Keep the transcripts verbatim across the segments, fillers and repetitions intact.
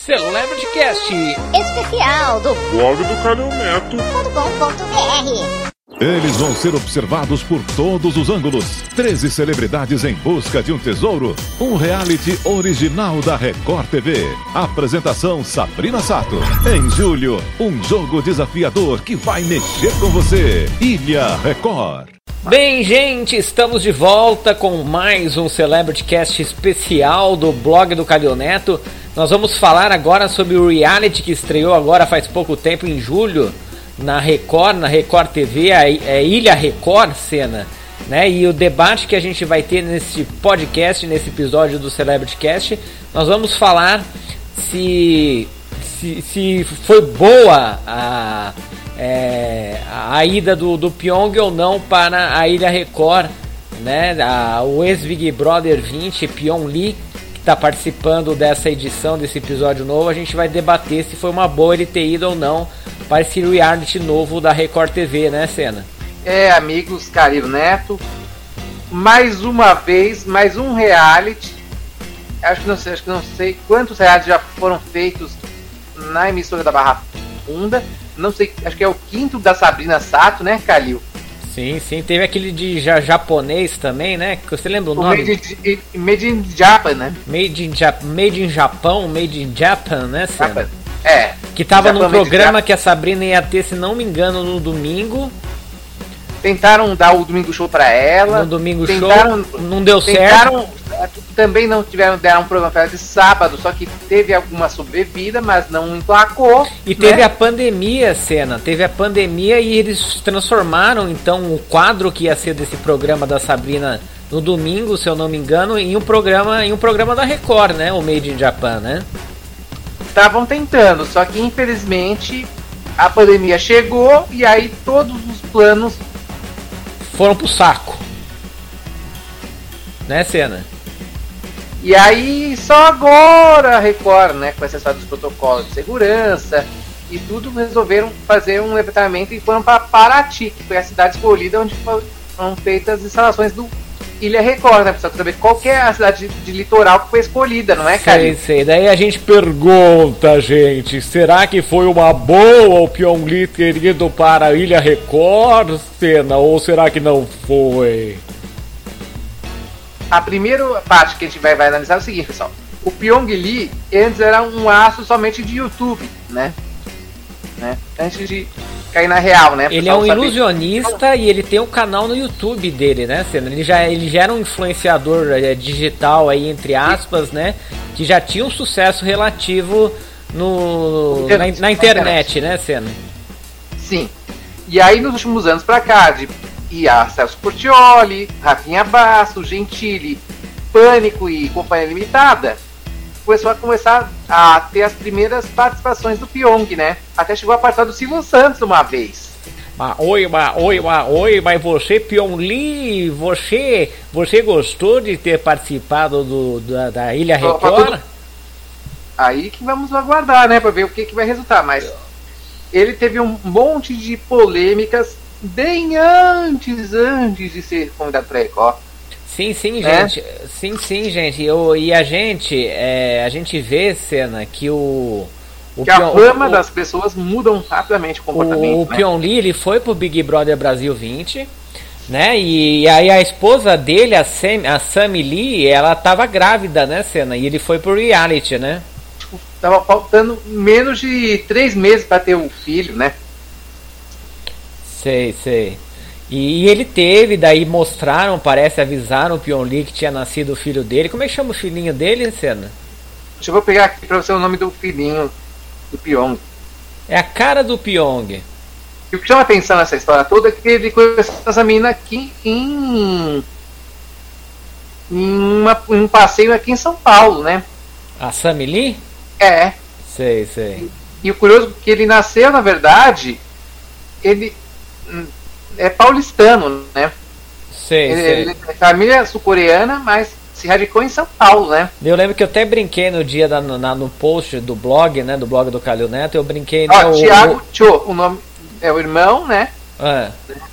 Celebrity Cast especial do blog do Calil Neto ponto com ponto br. Eles vão ser observados por todos os ângulos. treze celebridades em busca de um tesouro. Um reality original da Record T V. Apresentação Sabrina Sato. Em julho, um jogo desafiador que vai mexer com você. Ilha Record. Bem, gente, estamos de volta com mais um Celebrity Cast especial do blog do Calil Neto. Nós vamos falar agora sobre o reality que estreou agora faz pouco tempo, em julho, na Record, na Record T V, a, a Ilha Record, Cena, né? E o debate que a gente vai ter nesse podcast, nesse episódio do Celebrity Cast, nós vamos falar se, se, se foi boa a, é, a ida do, do Pyong ou não para a Ilha Record, né? A, o ex-Big Brother vinte, Pyong Lee, que está participando dessa edição, desse episódio novo. A gente vai debater se foi uma boa ele ter ido ou não para esse reality novo da Record T V, né, Senna? É, amigos, Calil Neto, mais uma vez, mais um reality. Acho que não sei, acho que não sei quantos realities já foram feitos na emissora da Barra Funda. Não sei, acho que é o quinto da Sabrina Sato, né, Calil? Sim, sim, teve aquele de ja- japonês também, né? Você lembra o, o nome? Made in, made in Japan, né? Made in, ja- made in Japão, Made in Japan, né, Senna? Japan. É. Que tava Japan, num programa que a Sabrina ia ter, se não me engano, no domingo. Tentaram dar o domingo show pra ela. No domingo tentaram, show, não deu tentaram, certo. Também não tiveram, deram um programa pra ela de sábado, só que teve alguma sobrevida, mas não emplacou. E teve, né? a pandemia, Senna, teve a pandemia e eles transformaram, então, o quadro que ia ser desse programa da Sabrina no domingo, se eu não me engano, em um programa, em um programa da Record, né? O Made in Japan, né? Estavam tentando, só que infelizmente a pandemia chegou e aí todos os planos foram pro saco, né, Senna? E aí só agora a Record, né, com essa história dos protocolos de segurança e tudo, resolveram fazer um levantamento e foram para Paraty, que foi a cidade escolhida onde foram feitas as instalações do Ilha Record, né? Precisa saber qual que é a cidade de, de litoral que foi escolhida, não é, cara? Sei, sei. Daí a gente pergunta, gente, será que foi uma boa o Pyong Lee ter ido para a Ilha Record, Senna, ou será que não foi? A primeira parte que a gente vai, vai analisar é o seguinte, pessoal. O Pyong Lee antes era um astro somente de YouTube, né? né? Antes de cair na real, né? Ele é um ilusionista e ele tem um canal no YouTube dele, né, Senna? Ele já, ele já era um influenciador é, digital aí, entre aspas, né? Que já tinha um sucesso relativo no, na, na internet, né, Senna? Sim. E aí nos últimos anos pra cá, de e a Celso Portiolli, Rafinha Basso, Gentili, Pânico e Companhia Limitada, começou a começar a ter as primeiras participações do Pyong, né? Até chegou a participar do Silvio Santos uma vez. Mas, oi, mas, oi, mas, oi, mas você, Pyong Lee, você, você gostou de ter participado do, da, da Ilha Record? Aí que vamos aguardar, né? Pra ver o que, que vai resultar, mas ele teve um monte de polêmicas bem antes, antes de ser convidado para a Record. Sim, sim, gente. É? Sim, sim, gente. Eu, e a gente, é, a gente vê, Senna, que o... o que Pyong, a fama o, das pessoas mudam rapidamente o comportamento. O, o né? Pyong Lee, ele foi pro Big Brother Brasil vinte, né? E, e aí a esposa dele, a, Sam, a Sammy Lee, ela tava grávida, né, Senna? E ele foi pro reality, né? Tipo, tava faltando menos de três meses para ter o filho, né? Sei, sei. E, e ele teve, daí mostraram, parece, avisaram o Pyong Lee que tinha nascido o filho dele. Como é que chama o filhinho dele, Senna? Deixa eu vou pegar aqui pra você o nome do filhinho do Pyong. É a cara do Pyong. E o que chama atenção nessa história toda é que ele conheceu essa menina aqui em... Em, uma, em um passeio aqui em São Paulo, né? A Sammy Lee? É. Sei, sei. E, e o curioso é que ele nasceu, na verdade, ele... é paulistano, né? Sei, ele, sei. Ele é família sul-coreana, mas se radicou em São Paulo, né? Eu lembro que eu até brinquei no dia da, na, no post do blog, né? Do blog do Calil Neto, eu brinquei... Ó, né, Thiago o, Cho, o nome é o irmão, né? É.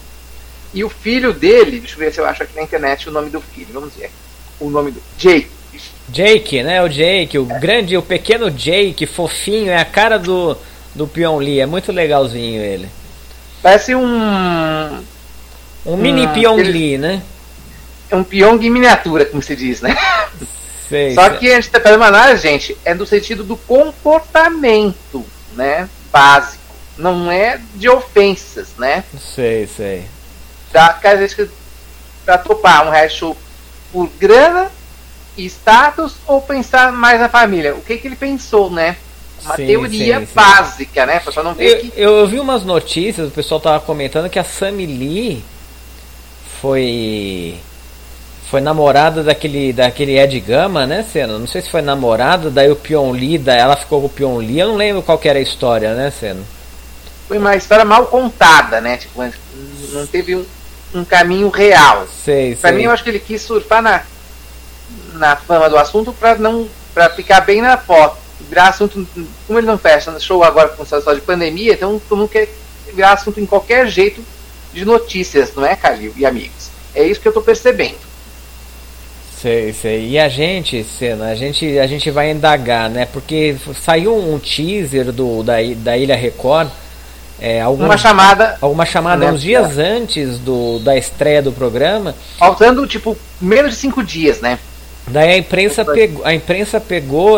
E o filho dele, deixa eu ver se eu acho aqui na internet o nome do filho, vamos ver. O nome do... Jay. Jake, né? O Jake, o grande, o pequeno Jake, fofinho, é a cara do, do Pyong Lee, é muito legalzinho ele. Parece um... Um mini Hum, Pyong ele- Lee, né? É um Pyong em miniatura, como se diz, né? Sei, Só sei. que a gente tá fazendo uma análise, gente, é do sentido do comportamento, né? Básico. Não é de ofensas, né? Sei, sei. Da cada vez que pra topar um reality show por grana e status ou pensar mais na família. O que que ele pensou, né? Uma Sim, teoria sim, sim. básica, né? Pra só não ver Eu, que. eu, eu vi umas notícias, o pessoal tava comentando que a Sammy Lee foi foi namorada daquele daquele Ed Gama, né, Senna? Não sei se foi namorada, daí o Pyong Lee, daí ela ficou com o Pyong Lee, eu não lembro qual que era a história, né, Senna? Foi uma história mal contada, né? Tipo, não teve um, um caminho real. Sei, Pra sei. mim, eu acho que ele quis surfar na, na fama do assunto pra não para ficar bem na foto. Virar assunto, como ele não fecha show agora com essa história de pandemia, então todo mundo quer virar assunto em qualquer jeito de notícias, não é, Calil e amigos? É isso que eu tô percebendo. Sei, sei. E a gente, Senna, a gente, a gente vai indagar, né? Porque saiu um teaser do, da, da Ilha Record, é, alguns, Uma chamada, alguma chamada né, uns dias antes do, da estreia do programa. faltando tipo menos de cinco dias, né? Daí a imprensa pegou, a imprensa pegou,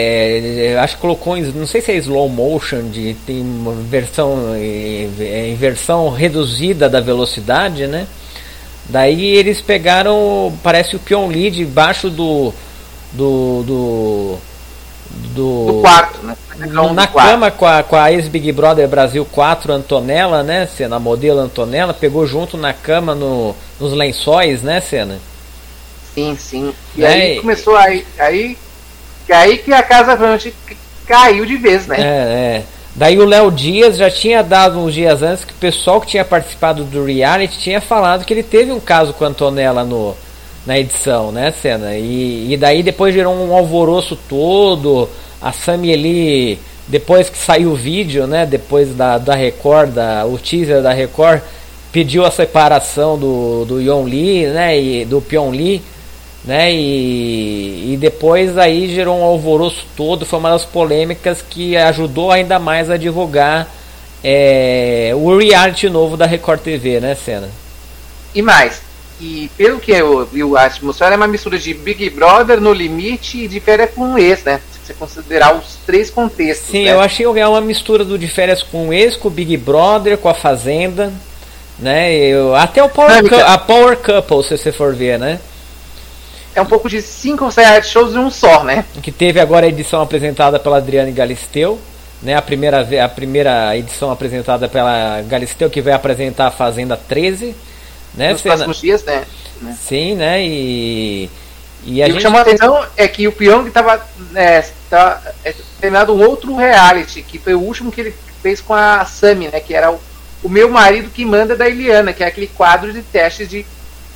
é, acho que colocou, em- não sei se é slow motion, de, tem uma versão, é, é, em versão reduzida da velocidade, né? Daí eles pegaram, parece o Pyong Lee debaixo do do do, do, Do quarto, né? no- na Do quarto. cama com a, com a ex-Big Brother Brasil quatro, Antonella, né, Senna? A modelo Antonella, pegou junto na cama no, nos lençóis, né, Senna? Sim, sim. E Né? aí começou aí, aí, aí que a casa realmente caiu de vez, né? É, é. Daí o Léo Dias já tinha dado uns dias antes que o pessoal que tinha participado do reality tinha falado que ele teve um caso com a Antonella no, na edição, né, Senna? E, e daí depois gerou um alvoroço todo. A Sammy ali, depois que saiu o vídeo, né, depois da, da Record, da, o teaser da Record, pediu a separação do, do Pyong Lee, né, e do Pyong Lee, né, e, e depois aí gerou um alvoroço todo, foi uma das polêmicas que ajudou ainda mais a divulgar é, o reality novo da Record T V, né, Senna? E mais, e pelo que eu vi a atmosfera, é uma mistura de Big Brother, No Limite e de Férias com um Ex, né? Se você considerar os três contextos. Sim, né? eu achei que é uma mistura do de Férias com o Ex, com o Big Brother, com a Fazenda, né, eu, até o Power, Dinâmica. Cou- a Power Couple, se você for ver, né? É um pouco de cinco ou seis shows em um só, né? Que teve agora a edição apresentada pela Adriane Galisteu, né? A primeira, ve- a primeira edição apresentada pela Galisteu, que vai apresentar a Fazenda treze, né? Nos Senna? próximos dias, né? Sim, né? E, e a E o gente que chamou a atenção é que o Pyong estava é, tá, é, terminado um outro reality, que foi o último que ele fez com a Sammy, né? Que era o, o Meu Marido que Manda da Eliana, que é aquele quadro de testes de,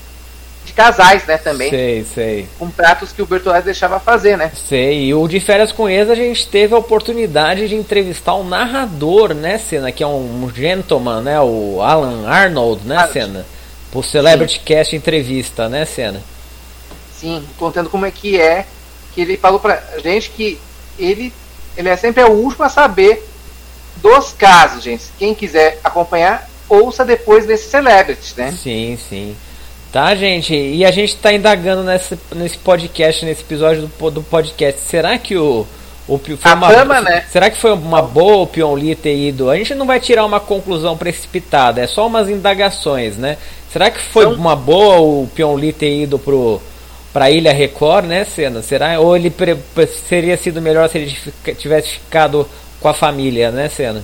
de casais, né? Também. sei, sei. Com pratos que o Bertolazzi deixava fazer, né? Sei, e o de Férias com Ex a gente teve a oportunidade de entrevistar o narrador, né, Senna, que é um, um gentleman, né, o Alan Arnold, né, Arnold. Senna, por Celebrity Cast Entrevista, né, Senna? Sim, contando como é que é, que ele falou pra gente que ele, ele é sempre o último a saber dos casos, gente. Quem quiser acompanhar, ouça depois desse Celebrity, né? Sim, sim. Tá, gente, e a gente tá indagando nesse, nesse podcast, nesse episódio do, po- do podcast, será que o... o Pi- foi A uma, fama, né? Será que foi uma boa o Pyong Lee ter ido? A gente não vai tirar uma conclusão precipitada, é só umas indagações, né? Será que foi Então- uma boa o Pyong Lee ter ido pro, pra Ilha Record, né, Senna? Será? Ou ele pre- seria sido melhor se ele fica- tivesse ficado com a família, né, Senna?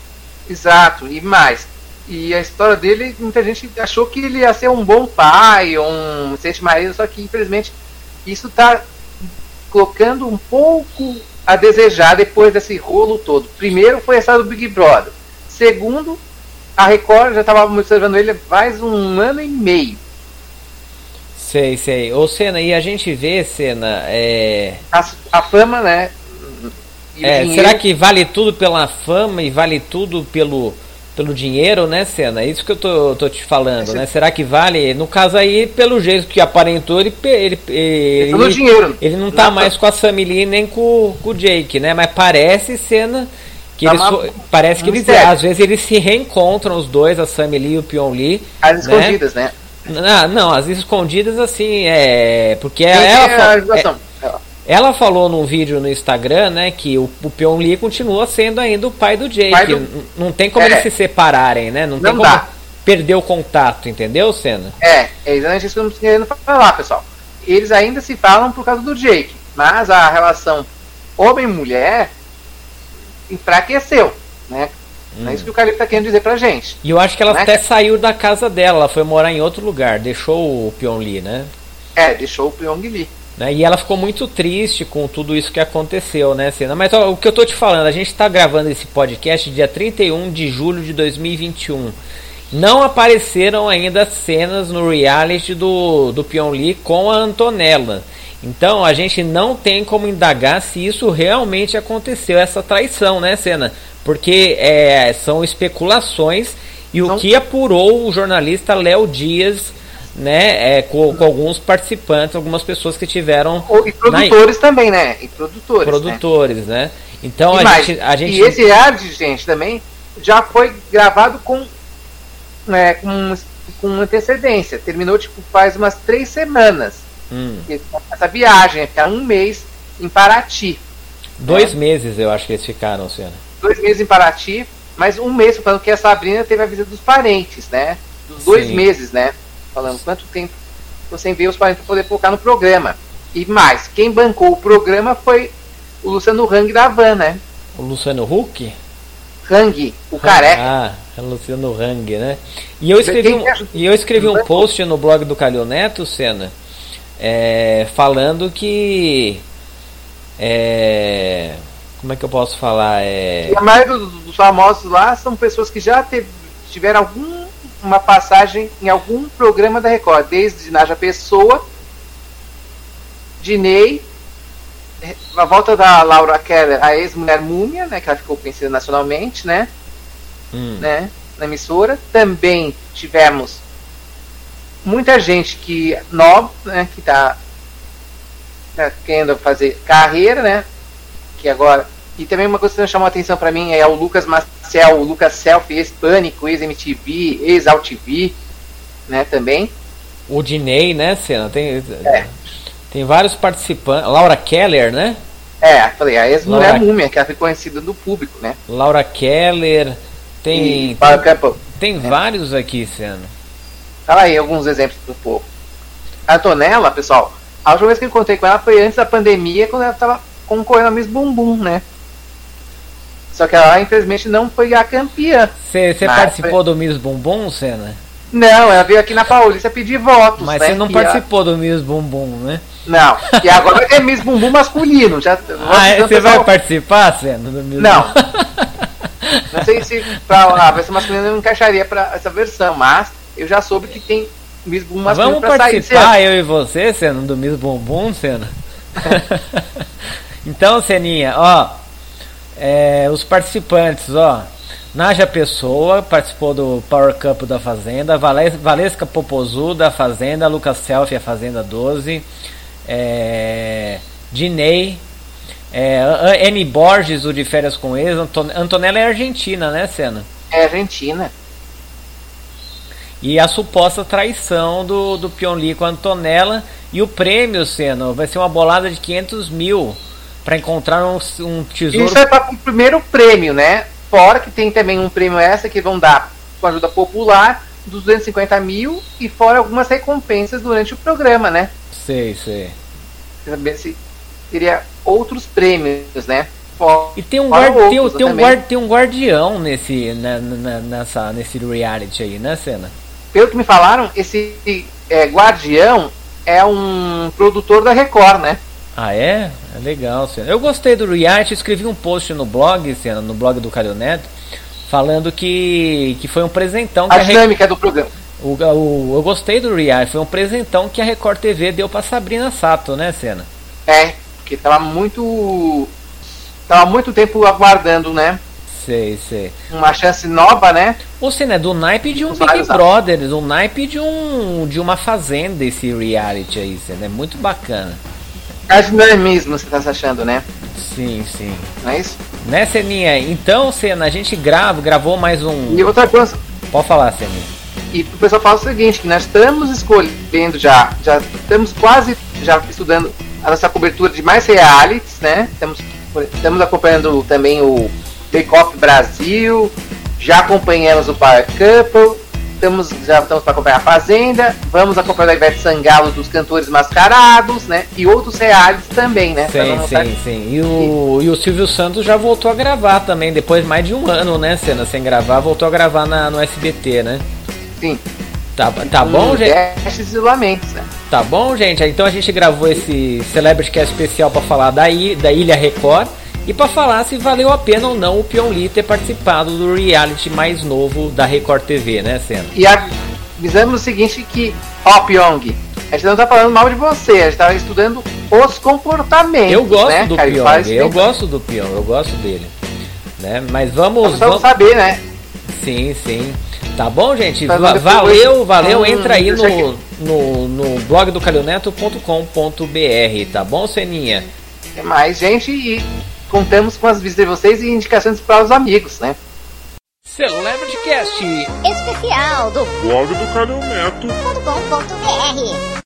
Exato, e mais. E a história dele, muita gente achou que ele ia ser um bom pai, um excelente marido, só que infelizmente isso está colocando um pouco a desejar depois desse rolo todo. Primeiro foi a história do Big Brother. Segundo, a Record já estava observando ele faz um ano e meio. Sei, sei. Ô, Senna, e a gente vê, Senna, é... A, a fama, né? E o É, dinheiro- será que vale tudo pela fama e vale tudo pelo, pelo dinheiro, né, Senna? É isso que eu tô, tô te falando, Esse... né? Será que vale? No caso aí, pelo jeito que aparentou, ele ele, ele, pelo ele, dinheiro. ele não tá não, mais com a Sammy Lee nem com, com o Jake, né? Mas parece, Senna, que eles, uma... parece que eles, às vezes eles se reencontram, os dois, a Sammy Lee e o Pion Lee. As né? escondidas, né? Não, não, as escondidas assim, é... Porque ela... ela Ela falou num vídeo no Instagram, né, que o, o Pion Lee continua sendo ainda o pai do Jake. Pai do... Não tem como é. eles se separarem, né? Não, não tem como dá. perder o contato, entendeu, Senna? É, é exatamente isso que eu estou querendo falar, pessoal. Eles ainda se falam por causa do Jake, mas a relação homem-mulher enfraqueceu, né? Hum. É isso que o Calipso está querendo dizer pra gente. E eu acho que ela né? até saiu da casa dela, ela foi morar em outro lugar, deixou o Pion Lee, né? É, deixou o Pyong Lee. Né? E ela ficou muito triste com tudo isso que aconteceu, né, Senna? Mas ó, o que eu tô te falando, a gente está gravando esse podcast dia trinta e um de julho de dois mil e vinte e um. Não apareceram ainda cenas no reality do, do Pion Lee com a Antonella. Então a gente não tem como indagar se isso realmente aconteceu, essa traição, né, Senna? Porque é, são especulações e não. O que apurou o jornalista Léo Dias, né, é, com, com alguns participantes, algumas pessoas que tiveram... E produtores na... também, né? E produtores, Produtores, né? né? Então e a mais, gente, a gente... E esse reality, gente, também já foi gravado com, né, com, com antecedência. Terminou, tipo, faz umas três semanas. Hum. Essa viagem, ficar um mês em Paraty. Dois né? meses, eu acho que eles ficaram, Senna. Dois meses em Paraty, mas um mês, falando que a Sabrina teve a visita dos parentes, né? Dos dois Sim. meses, né? Falando quanto tempo você enviou os parentes para poder colocar no programa. E mais, quem bancou o programa foi o Luciano Hang da Van, né? O Luciano Huck? Hang, o careca. Ah, é o Luciano Hang, né? E eu escrevi um, e eu escrevi um post no blog do Calil Neto, Senna, é, falando que... É, como é que eu posso falar? É... E a maioria dos, dos famosos lá são pessoas que já teve, tiveram algum... uma passagem em algum programa da Record, desde Naja Pessoa, Diney, a volta da Laura Keller, a ex-mulher Múmia, né, que ela ficou conhecida nacionalmente, né, hum. né, na emissora. Também tivemos muita gente que nova, né, que está tá querendo fazer carreira, né, que agora... E também uma coisa que chamou a atenção para mim é o Lucas Marcel, o Lucas Selfie, ex-Pânico, ex-M T V, ex-Alt T V, né, também. O Diney, né, Senna? Tem, é. tem vários participantes. Laura Keller, né? É, falei, a ex-mulher Laura... Múmia, que ela ficou conhecida do público, né? Laura Keller, tem... E... Tem, tem é. vários aqui, Senna. Fala aí alguns exemplos do povo. A Antonella, pessoal, a última vez que eu encontrei com ela foi antes da pandemia, quando ela estava concorrendo a Miss Bumbum, né? Só que ela, infelizmente, não foi a campeã. Você participou foi... do Miss Bumbum, Senna? Não, ela veio aqui na Paulista pedir votos. Mas né? você não que participou ela... do Miss Bumbum, né? Não, e agora vai ter Miss Bumbum masculino. Já... Ah, você vai só... participar, Senna? Do Miss não. Não sei se para a versão masculina não encaixaria para essa versão, mas eu já soube que tem Miss Bumbum masculino. Vamos participar, eu e você, Senna, do Miss Bumbum, Senna? Então, Seninha, ó... É, os participantes, ó, Naja Pessoa participou do Power Cup da Fazenda, Valesca Popozu da Fazenda, Lucas Selfie, a Fazenda doze, é, Diney, é, N Borges, o de Férias com Ex. Anton, Antonella é argentina, né, Senna? É argentina. E a suposta traição do, do Pion Lee com a Antonella. E o prêmio, Senna, vai ser uma bolada de quinhentos mil para encontrar um, um tesouro. Isso é para o primeiro prêmio, né? Fora que tem também um prêmio essa que vão dar com ajuda popular dos duzentos e cinquenta mil e fora algumas recompensas durante o programa, né? Sei, sei. Saber se teria outros prêmios, né? Fora, e tem um, guarda, tem, tem, um guarda, tem um guardião nesse, na, na, nessa, nesse reality aí, né, Senna? Pelo que me falaram, esse é, guardião é um produtor da Record, né? Ah, é? É legal, Senna. Eu gostei do reality, escrevi um post no blog, Senna, no blog do Calil Neto, falando que, que foi um presentão. A que dinâmica a Re... do programa. O, o, eu gostei do reality, foi um presentão que a Record T V deu pra Sabrina Sato, né, Senna? É, porque tava muito... Tava muito tempo aguardando, né? Sei, sei. Uma chance nova, né? Ou seja, é do naipe de um Os Big vários Brother, do naipe de um de uma fazenda esse reality aí, é muito bacana. É dinamismo, você tá se achando, né? Sim, sim. Não é isso? Né, Seninha? Então, Sena, a gente grava, gravou mais um... E outra coisa, Pode falar, Seninha. e o pessoal fala o seguinte, que nós estamos escolhendo já, já estamos quase já estudando a nossa cobertura de mais realities, né? Estamos, estamos acompanhando também o Bake Off Brasil, já acompanhamos o Power Couple, estamos, já estamos para acompanhar a Fazenda, vamos acompanhar a Ivete Sangalo dos Cantores Mascarados, né? E outros realities também, né? Sim, sim, sim. E o, e o Silvio Santos já voltou a gravar também, depois de mais de um ano, né, Sena, sem gravar, voltou a gravar na, no S B T, né? Sim. Tá, tá bom, gente? Testes e lamentos, né? Tá bom, gente? Então a gente gravou esse Celebrity Cast especial para falar da, I, da Ilha Record e para falar se valeu a pena ou não o Pyong Lee ter participado do reality mais novo da Record T V, né, Sena? E avisamos o seguinte que, ó, Pyong, a gente não tá falando mal de você, a gente tá estudando os comportamentos. Eu gosto né, do cara? Pyong, eu gosto do Pyong, eu gosto dele, né? Mas vamos, Nós vamos saber, né? Sim, sim. Tá bom, gente? Mas Va- depois- valeu, valeu. Hum, Entra aí deixa no, no, no blog do calioneto ponto com ponto b r, tá bom, Seninha? É mais, gente, e contamos com as visitas de vocês e indicações para os amigos, né? Celebrity Cast. Especial do Blog do Calioneto. ponto com ponto b r.